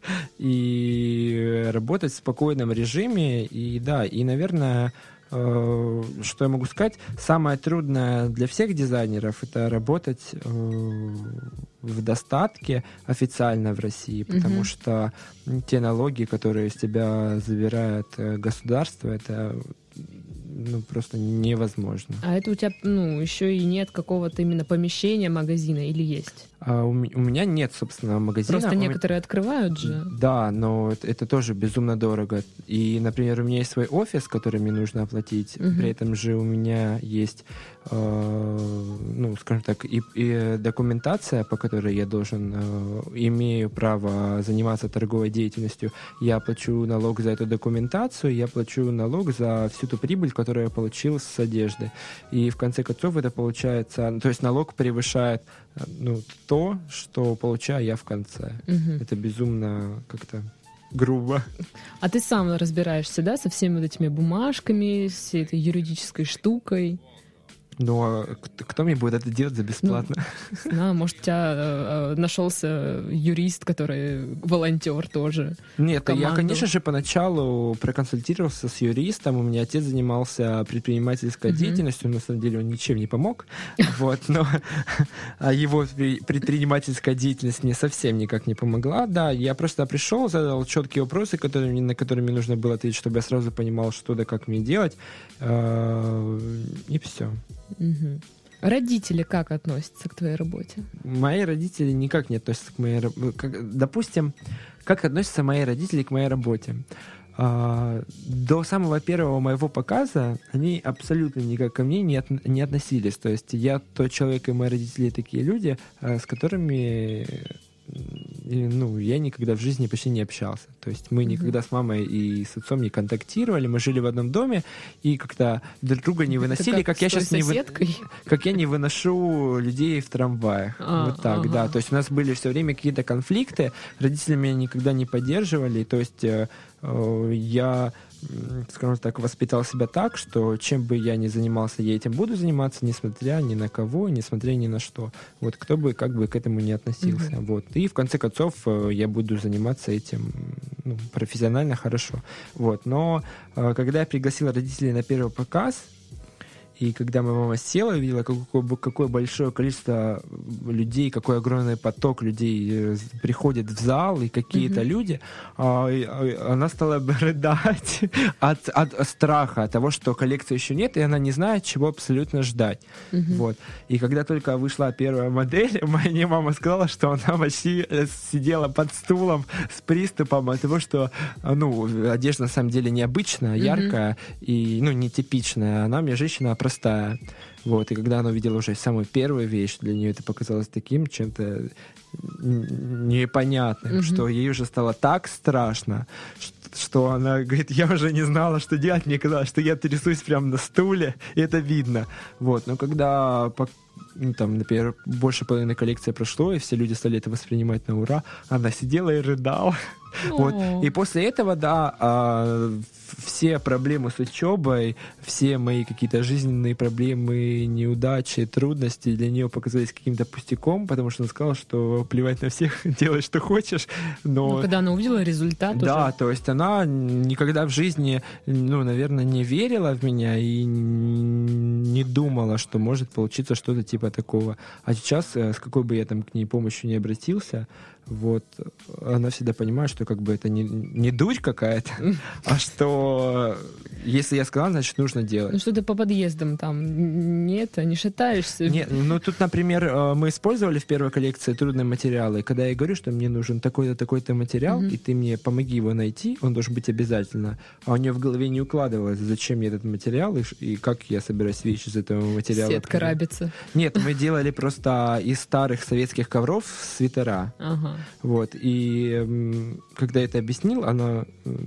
и работать в спокойном режиме. И, наверное, что я могу сказать, самое трудное для всех дизайнеров — это работать в достатке официально в России, потому что те налоги, которые с тебя забирает государство, это просто невозможно. А это у тебя, еще и нет какого-то именно помещения магазина или есть? У меня нет собственного магазина. Просто некоторые открывают же. Да, но это тоже безумно дорого. И, например, у меня есть свой офис, который мне нужно оплатить. При этом же у меня есть, скажем так, и документация, по которой я имею право заниматься торговой деятельностью. Я плачу налог за эту документацию, я плачу налог за всю ту прибыль, которую я получил с одежды. И в конце концов это получается... То есть налог превышает то, что получаю я в конце. Это безумно как-то грубо. А ты сам разбираешься, да, со всеми вот этими бумажками, всей этой юридической штукой? Но кто мне будет это делать за бесплатно? Может, у тебя нашелся юрист, который волонтер тоже. Нет, я, конечно же, поначалу проконсультировался с юристом. У меня отец занимался предпринимательской деятельностью. На самом деле он ничем не помог. Но его предпринимательская деятельность мне совсем никак не помогла. Да, я просто пришел, задал четкие вопросы, на которые мне нужно было ответить, чтобы я сразу понимал, что да как мне делать. И все. Родители как относятся к твоей работе? Мои родители никак не относятся к моей работе. Допустим, как относятся мои родители к моей работе? До самого первого моего показа они абсолютно никак ко мне не относились. То есть я тот человек, и мои родители такие люди, с которыми... я никогда в жизни почти не общался. То есть мы никогда с мамой и с отцом не контактировали, мы жили в одном доме и как-то друг друга не выносили, как я не выношу людей в трамваях. Вот так, да. То есть у нас были все время какие-то конфликты, родители меня никогда не поддерживали, то есть я, скажем так, воспитал себя так, что чем бы я ни занимался, я этим буду заниматься, несмотря ни на кого, несмотря ни на что. Вот кто бы как бы к этому не относился. Вот. И в конце концов я буду заниматься этим профессионально хорошо. Вот. Но когда я пригласил родителей на первый показ, и когда моя мама села и видела, какое большое количество людей, какой огромный поток людей приходит в зал, и какие-то люди, она стала рыдать от страха, от того, что коллекции еще нет, и она не знает, чего абсолютно ждать. Вот. И когда только вышла первая модель, моя мама сказала, что она почти сидела под стулом с приступом от того, что одежда на самом деле необычная, яркая и нетипичная. Она мне женщина простая. Вот. И когда она увидела уже самую первую вещь, для нее это показалось таким чем-то непонятным, что ей уже стало так страшно, что она говорит, я уже не знала, что делать, мне казалось, что я трясусь прямо на стуле, и это видно. Вот. Но когда например, больше половины коллекции прошло, и все люди стали это воспринимать на ура, она сидела и рыдала. Вот. И после этого, все проблемы с учебой, все мои какие-то жизненные проблемы, неудачи, трудности для нее показались каким-то пустяком, потому что она сказала, что плевать на всех, делай, что хочешь. Но когда она увидела результат уже... то есть она никогда в жизни, наверное, не верила в меня и не думала, что может получиться что-то типа такого. А сейчас, с какой бы я там к ней помощью не обратился, вот, она всегда понимает, что как бы это не дурь какая-то, а что если я сказал, значит, нужно делать. Что ты по подъездам там не шатаешься? Нет, тут, например, мы использовали в первой коллекции трудные материалы, и когда я говорю, что мне нужен такой-то, такой-то материал, и ты мне помоги его найти, он должен быть обязательно, а у нее в голове не укладывалось, зачем мне этот материал, и как я собираюсь вещи из этого материала. Сетка рабица. Нет, мы делали просто из старых советских ковров свитера. Вот, и когда я это объяснил, она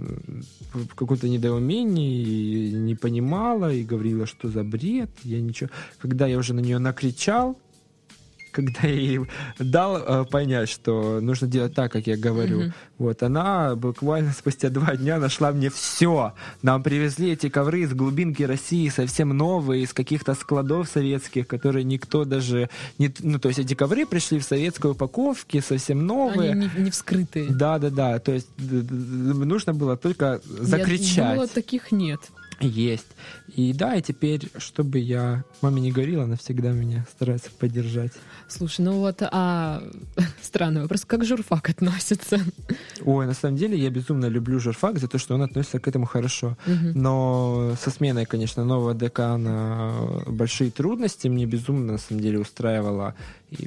в каком-то недоумении не понимала и говорила, что за бред, я ничего. Когда я уже на нее накричал, когда я ей дал понять, что нужно делать так, как я говорю, вот, она буквально спустя 2 дня нашла мне все. Нам привезли эти ковры из глубинки России, совсем новые, из каких-то складов советских, которые никто даже не... то есть эти ковры пришли в советской упаковке, совсем новые. Они не вскрытые. Да. То есть нужно было только закричать. Я думала, таких нет. Есть. И да, и теперь, чтобы я маме не говорила, она всегда меня старается поддержать. Слушай, ну вот, странный вопрос, как журфак относится? Ой, на самом деле я безумно люблю журфак за то, что он относится к этому хорошо. Но со сменой, конечно, нового декана большие трудности. Мне безумно, на самом деле, устраивало и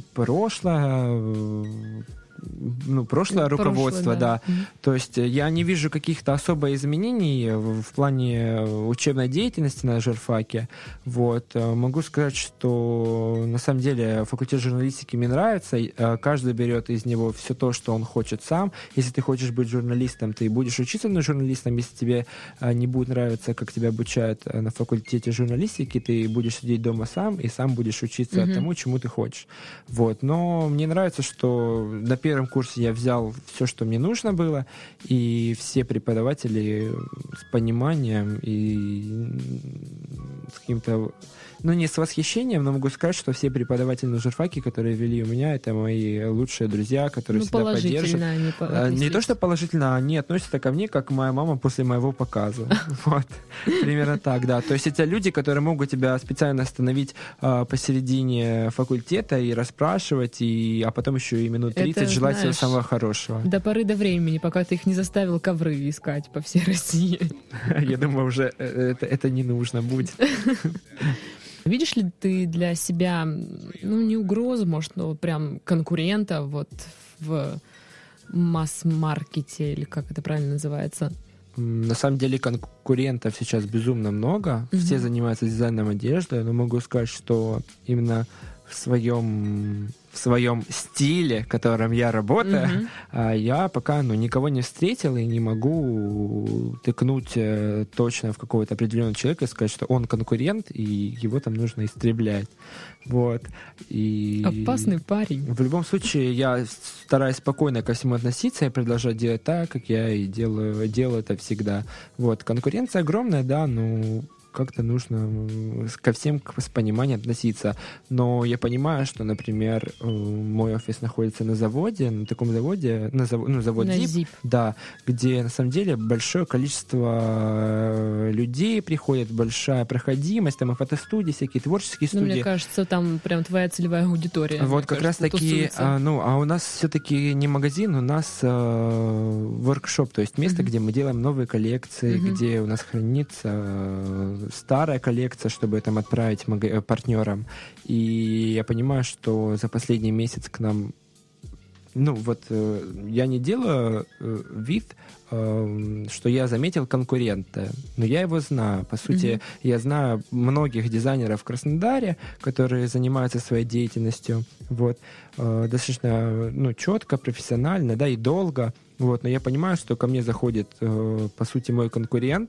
прошлое руководство, да. То есть я не вижу каких-то особо изменений в плане учебной деятельности на журфаке. Вот. Могу сказать, что на самом деле факультет журналистики мне нравится. Каждый берет из него все то, что он хочет сам. Если ты хочешь быть журналистом, ты будешь учиться на журналистом. Если тебе не будет нравиться, как тебя обучают на факультете журналистики, ты будешь сидеть дома сам и сам будешь учиться тому, чему ты хочешь. Вот. Но мне нравится, что на первом курсе я взял все, что мне нужно было, и все преподаватели с пониманием и с каким-то, не с восхищением, но могу сказать, что все преподаватели на журфаке, которые вели у меня, это мои лучшие друзья, которые всегда поддерживают. Не то, что положительно, они относятся ко мне, как моя мама после моего показа. Вот. Примерно так, да. То есть это люди, которые могут тебя специально остановить посередине факультета и расспрашивать, а потом еще и минут 30 желать всего самого хорошего. До поры до времени, пока ты их не заставил ковры искать по всей России. Я думаю, уже это не нужно будет. Видишь ли ты для себя, не угрозу, может, но прям конкурента вот в масс-маркете, или как это правильно называется? На самом деле конкурентов сейчас безумно много. Все занимаются дизайном одежды, но могу сказать, что именно в своем стиле, в котором я работаю, я пока никого не встретил и не могу тыкнуть точно в какого-то определенного человека и сказать, что он конкурент, и его там нужно истреблять. Вот. И опасный парень. В любом случае, я стараюсь спокойно ко всему относиться и продолжать делать так, как я и делаю это всегда. Вот. Конкуренция огромная, да, как-то нужно ко всем с пониманием относиться. Но я понимаю, что, например, мой офис находится на заводе, на таком заводе, завод ZIP, да, где на самом деле большое количество людей приходит, большая проходимость, там и фотостудии, всякие творческие студии. Мне кажется, там прям твоя целевая аудитория. Вот как раз таки, у нас все-таки не магазин, у нас воркшоп, то есть место, где мы делаем новые коллекции, где у нас хранится старая коллекция, чтобы там отправить партнерам. И я понимаю, что за последний месяц к нам я не делаю вид, что я заметил конкурента, но я его знаю. По сути, я знаю многих дизайнеров в Краснодаре, которые занимаются своей деятельностью, достаточно четко, профессионально, да, и долго. Но я понимаю, что ко мне заходит, по сути, мой конкурент.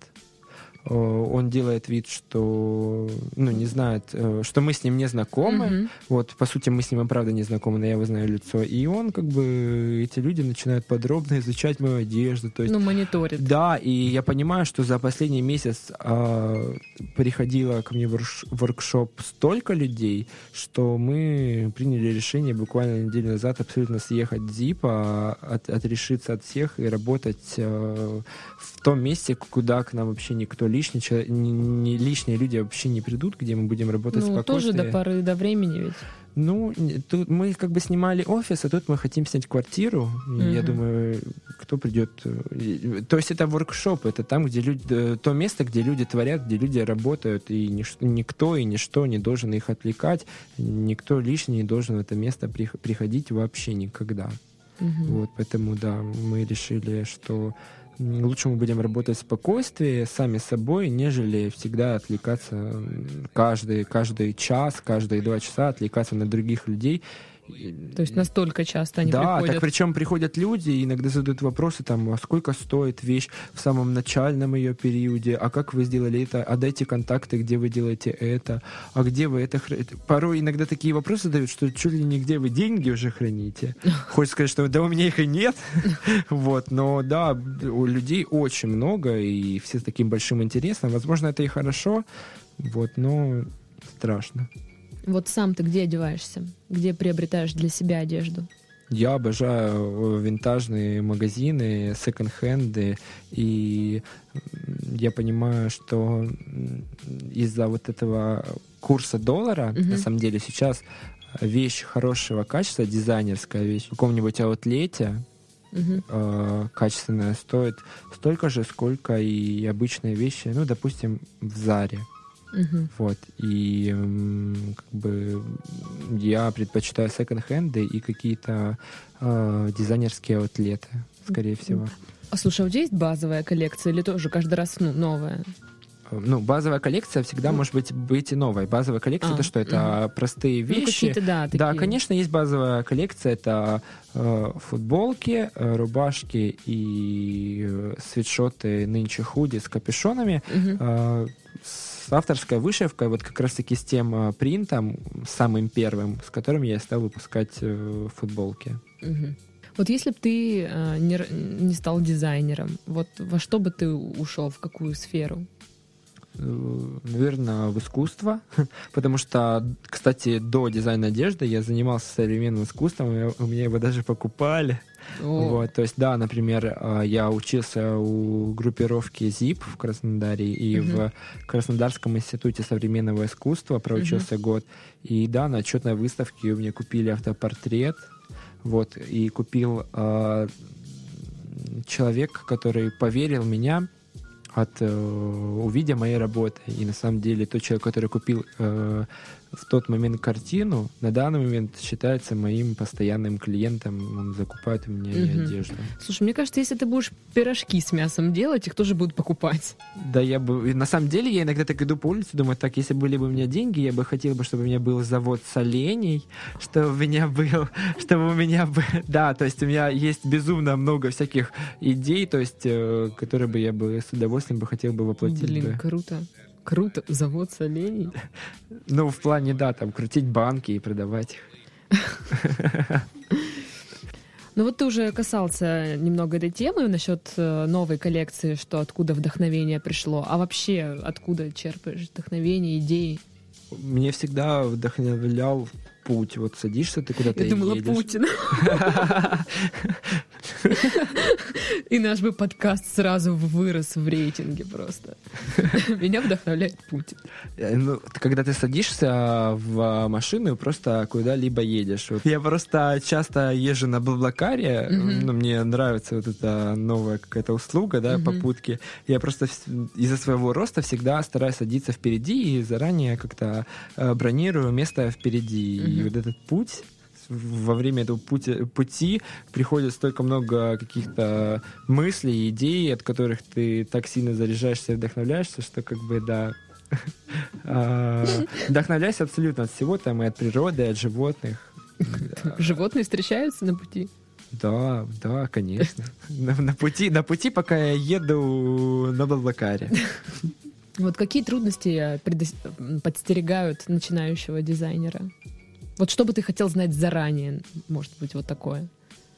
Он делает вид, что не знает, что мы с ним не знакомы. По сути, мы с ним, правда, не знакомы, но я его знаю лицо. И он, эти люди начинают подробно изучать мою одежду. То есть, мониторит. Да, и я понимаю, что за последний месяц приходило ко мне в воркшоп столько людей, что мы приняли решение буквально неделю назад абсолютно съехать с ZIP, отрешиться от всех и работать в том месте, куда к нам вообще никто лишние люди вообще не придут, где мы будем работать спокойно. Тоже до поры до времени ведь. Тут мы снимали офис, а тут мы хотим снять квартиру. И я думаю, кто придет. То есть это воркшоп, это там, где то место, где люди творят, где люди работают, и никто и ничто не должен их отвлекать, никто лишний не должен в это место приходить вообще никогда. Поэтому, да, мы решили, что лучше мы будем работать в спокойствии, сами собой, нежели всегда отвлекаться каждый час, каждые 2 часа отвлекаться на других людей. То есть настолько часто они приходят? Да, так причем приходят люди и иногда задают вопросы, а сколько стоит вещь в самом начальном ее периоде, а как вы сделали это, а дайте контакты, где вы делаете это, а где вы это храните. Порой иногда такие вопросы задают, что чуть ли не где вы деньги уже храните. Хочется сказать, что да у меня их и нет. Но да, у людей очень много, и все с таким большим интересом. Возможно, это и хорошо, но страшно. Сам ты где одеваешься? Где приобретаешь для себя одежду? Я обожаю винтажные магазины, секонд-хенды, и я понимаю, что из-за вот этого курса доллара, на самом деле, сейчас вещь хорошего качества, дизайнерская вещь, в каком-нибудь аутлете качественная стоит столько же, сколько и обычные вещи, ну, допустим, в Заре. Вот. И как бы я предпочитаю секонд-хенды и какие-то дизайнерские аутлеты, скорее всего. А слушай, а у тебя есть базовая коллекция или тоже каждый раз новая? Ну, базовая коллекция всегда может быть и новой. Базовая коллекция это что? Это простые вещи. Такие. Да, конечно, есть базовая коллекция. Это футболки, рубашки и свитшоты, нынче худи с капюшонами. С авторской вышивкой, вот как раз-таки с тем принтом, самым первым, с которым я стал выпускать футболки. Вот если бы ты не стал дизайнером, вот во что бы ты ушел, в какую сферу? Наверное, в искусство, потому что, кстати, до дизайна одежды я занимался современным искусством, у меня его даже покупали. Вот, то есть, да, например, я учился у группировки ZIP в Краснодаре и в Краснодарском институте современного искусства проучился год. И да, на отчетной выставке у меня купили автопортрет, вот, и купил человек, который поверил в меня, увидя мои работы. И на самом деле тот человек, который купил в тот момент картину, на данный момент считается моим постоянным клиентом. Он закупает у меня и одежду. Слушай, мне кажется, если ты будешь пирожки с мясом делать, их тоже будут покупать. Да, на самом деле, я иногда так иду по улице, думаю, так, если были бы у меня деньги, я бы хотел, чтобы у меня был завод солений, чтобы у меня был... Да, то есть у меня есть безумно много всяких идей, то есть, которые бы я бы с удовольствием бы хотел бы воплотить. Блин, круто. Круто, завод солений. Ну, в плане, да, там, крутить банки и продавать их. Ну вот ты уже касался немного этой темы насчет новой коллекции, что откуда вдохновение пришло. А вообще, откуда черпаешь вдохновение, идеи? Мне всегда вдохновлял путь. Вот садишься ты куда-то и едешь. Я думала, Путин. И наш бы подкаст сразу вырос в рейтинге просто. Меня вдохновляет Путин. Ну, когда ты садишься в машину и просто куда-либо едешь. Вот. Я просто часто езжу на Блаблакаре, ну, мне нравится вот эта новая какая-то услуга, да, попутки. Я просто из-за своего роста всегда стараюсь садиться впереди и заранее как-то бронирую место впереди. И вот этот путь, во время этого пути приходит столько много каких-то мыслей, идей, от которых ты так сильно заряжаешься и вдохновляешься, что как бы, да, вдохновляйся абсолютно от всего, там, и от природы, и от животных. Животные встречаются на пути? Да, конечно. На пути, пока я еду на Блаблакаре. Вот какие трудности подстерегают начинающего дизайнера? Вот что бы ты хотел знать заранее, может быть, вот такое?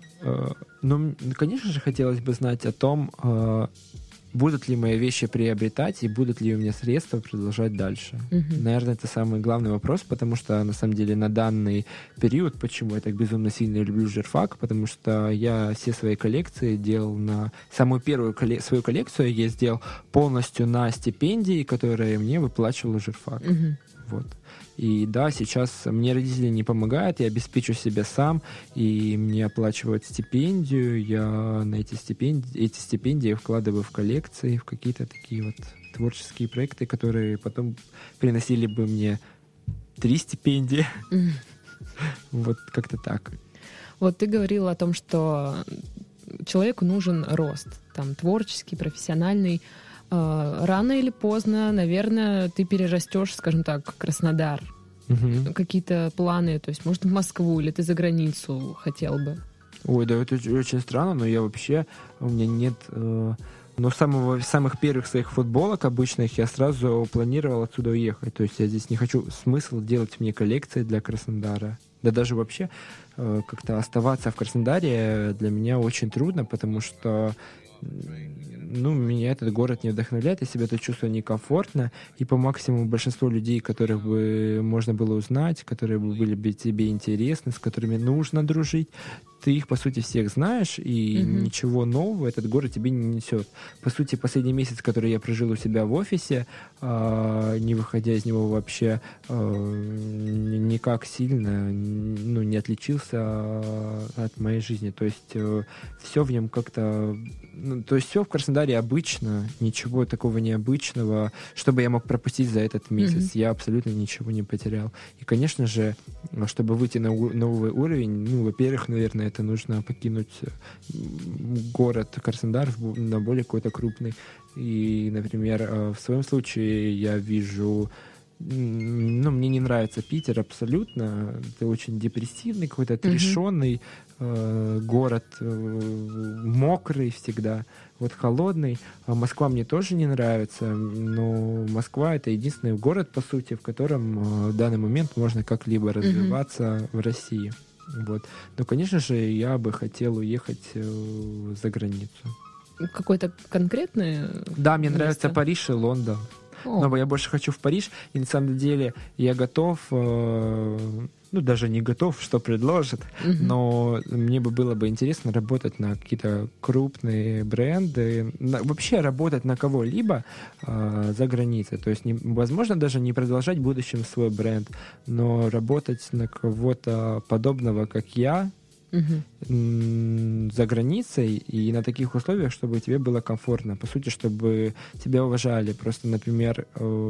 Ну, конечно же, хотелось бы знать о том, будут ли мои вещи приобретать и будут ли у меня средства продолжать дальше. Наверное, это самый главный вопрос, потому что, на самом деле, на данный период, почему я так безумно сильно люблю журфак, потому что я все свои коллекции делал на... Самую первую свою коллекцию я сделал полностью на стипендии, которые мне выплачивал журфак. Вот. И да, сейчас мне родители не помогают, я обеспечу себя сам, и мне оплачивают стипендию, я на эти стипендии вкладываю в коллекции, в какие-то такие вот творческие проекты, которые потом приносили бы мне 3 стипендии. Вот как-то так. Вот ты говорил о том, что человеку нужен рост, там, творческий, профессиональный. Рано или поздно, наверное, ты перерастешь, скажем так, Краснодар. Какие-то планы, то есть, может, в Москву или ты за границу хотел бы? Ой, да, это очень странно, но я вообще, у меня нет... Но самых первых своих футболок обычных я сразу планировал отсюда уехать. То есть я здесь не хочу смысл делать мне коллекции для Краснодара. Да даже вообще как-то оставаться в Краснодаре для меня очень трудно, потому что меня этот город не вдохновляет, я себя тут чувствую некомфортно, и по максимуму большинство людей, которых бы можно было узнать, которые бы были бы тебе интересны, с которыми нужно дружить, ты их, по сути, всех знаешь, и ничего нового этот город тебе не несет. По сути, последний месяц, который я прожил у себя в офисе, не выходя из него вообще, никак сильно не отличился от моей жизни. То есть все в нем как-то... то есть все в Краснодаре обычно, ничего такого необычного, чтобы я мог пропустить за этот месяц. Я абсолютно ничего не потерял. И, конечно же, чтобы выйти на новый уровень, во-первых, наверное, это нужно покинуть город Краснодар на более какой-то крупный. И, например, в своем случае я вижу... мне не нравится Питер абсолютно. Это очень депрессивный, какой-то отрешенный город, мокрый всегда, холодный. Москва мне тоже не нравится, но Москва — это единственный город, по сути, в котором в данный момент можно как-либо развиваться в России. Но, конечно же, я бы хотел уехать за границу. Какой-то конкретный? Да, мне нравится Париж и Лондон. Но я больше хочу в Париж, и на самом деле я готов, даже не готов, что предложат, но мне было бы интересно работать на какие-то крупные бренды, вообще работать на кого-либо за границей. То есть, возможно, даже не продолжать в будущем свой бренд, но работать на кого-то подобного, как я, за границей и на таких условиях, чтобы тебе было комфортно. По сути, чтобы тебя уважали. Просто, например,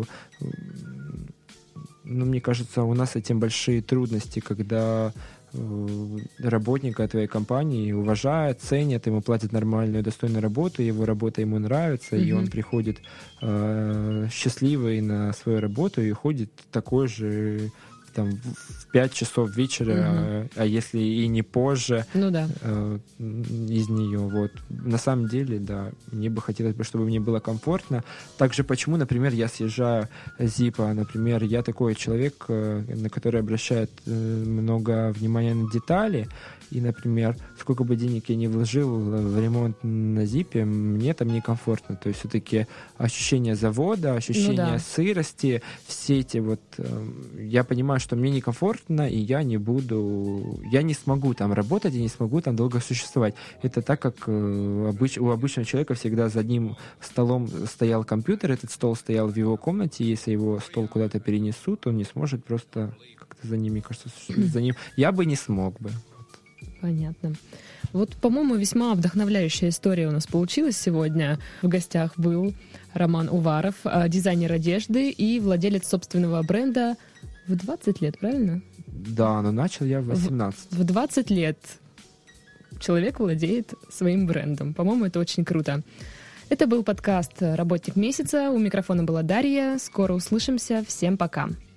мне кажется, у нас с этим большие трудности, когда работника твоей компании уважают, ценят, ему платят нормальную, достойную работу, его работа ему нравится, и он приходит счастливый на свою работу и уходит такой же в 5 часов вечера, а если и не позже, из нее. На самом деле, да, мне бы хотелось, чтобы мне было комфортно. Также почему, например, я съезжаю с ЗИПа, например, я такой человек, на который обращает много внимания на детали, и, например, сколько бы денег я ни вложил в ремонт на ЗИПе, мне там некомфортно. То есть все-таки ощущение завода, ощущение сырости, все эти я понимаю, что мне некомфортно, и я не смогу там работать, и не смогу там долго существовать. Это так, как у обычного человека всегда за одним столом стоял компьютер, этот стол стоял в его комнате, и если его стол куда-то перенесут, он не сможет просто как-то за ним, мне кажется, за ним. Я бы не смог бы. Понятно. По-моему, весьма вдохновляющая история у нас получилась сегодня. В гостях был Роман Уваров, дизайнер одежды и владелец собственного бренда в 20 лет, правильно? Да, но начал я в 18. В 20 лет человек владеет своим брендом. По-моему, это очень круто. Это был подкаст «Работник месяца». У микрофона была Дарья. Скоро услышимся. Всем пока.